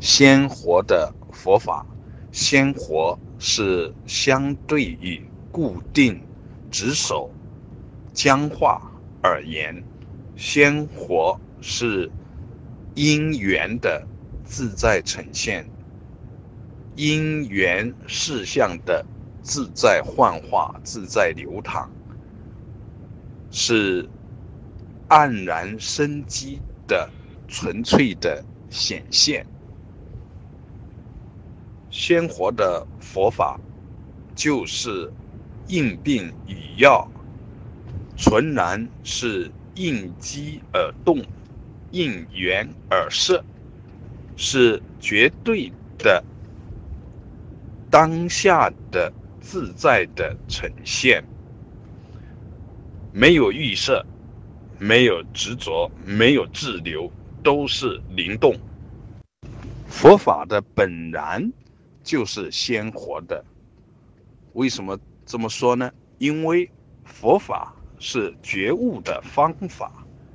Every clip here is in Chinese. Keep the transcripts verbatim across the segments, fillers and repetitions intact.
鲜活的佛法。鲜活是相对于固定、执守、僵化而言，鲜活是因缘的自在呈现，因缘事项的自在幻化、自在流淌，是黯然生机的纯粹的显现。鲜活的佛法就是应病与药，纯然是应机而动，应缘而设，是绝对的当下的自在的呈现，没有预设，没有执着，没有滞留，都是灵动。佛法的本然就是鲜活的。为什么这么说呢？因为佛法是觉悟的方法，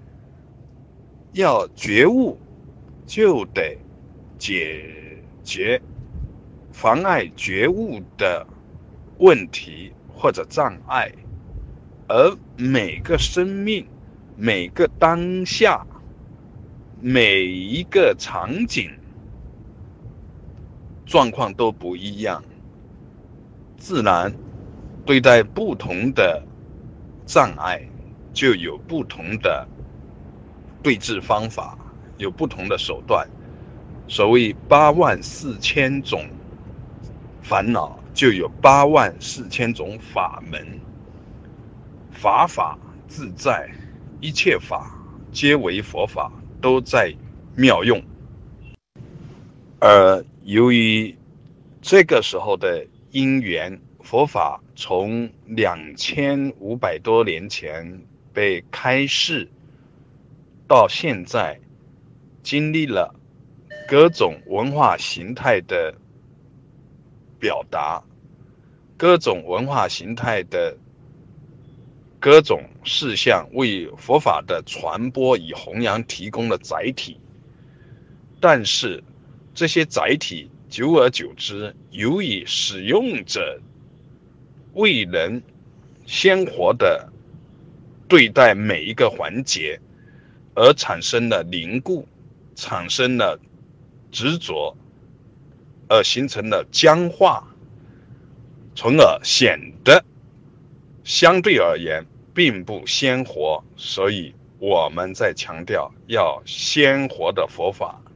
要觉悟就得解决妨碍觉悟的问题或者障碍，而每个生命、每个当下、每一个场景状况都不一样，自然对待不同的障碍就有不同的对治方法，有不同的手段。所谓八万四千种烦恼，就有八万四千种法门。法法自在，一切法皆为佛法，都在妙用。而由于这个时候的因缘，佛法从两千五百多年前被开示，到现在经历了各种文化形态的表达，各种文化形态的各种事项，为佛法的传播与弘扬提供了载体。但是这些载体久而久之，由于使用者未能鲜活的对待每一个环节，而产生了凝固，产生了执着，而形成了僵化，从而显得相对而言并不鲜活。所以我们在强调要鲜活的佛法，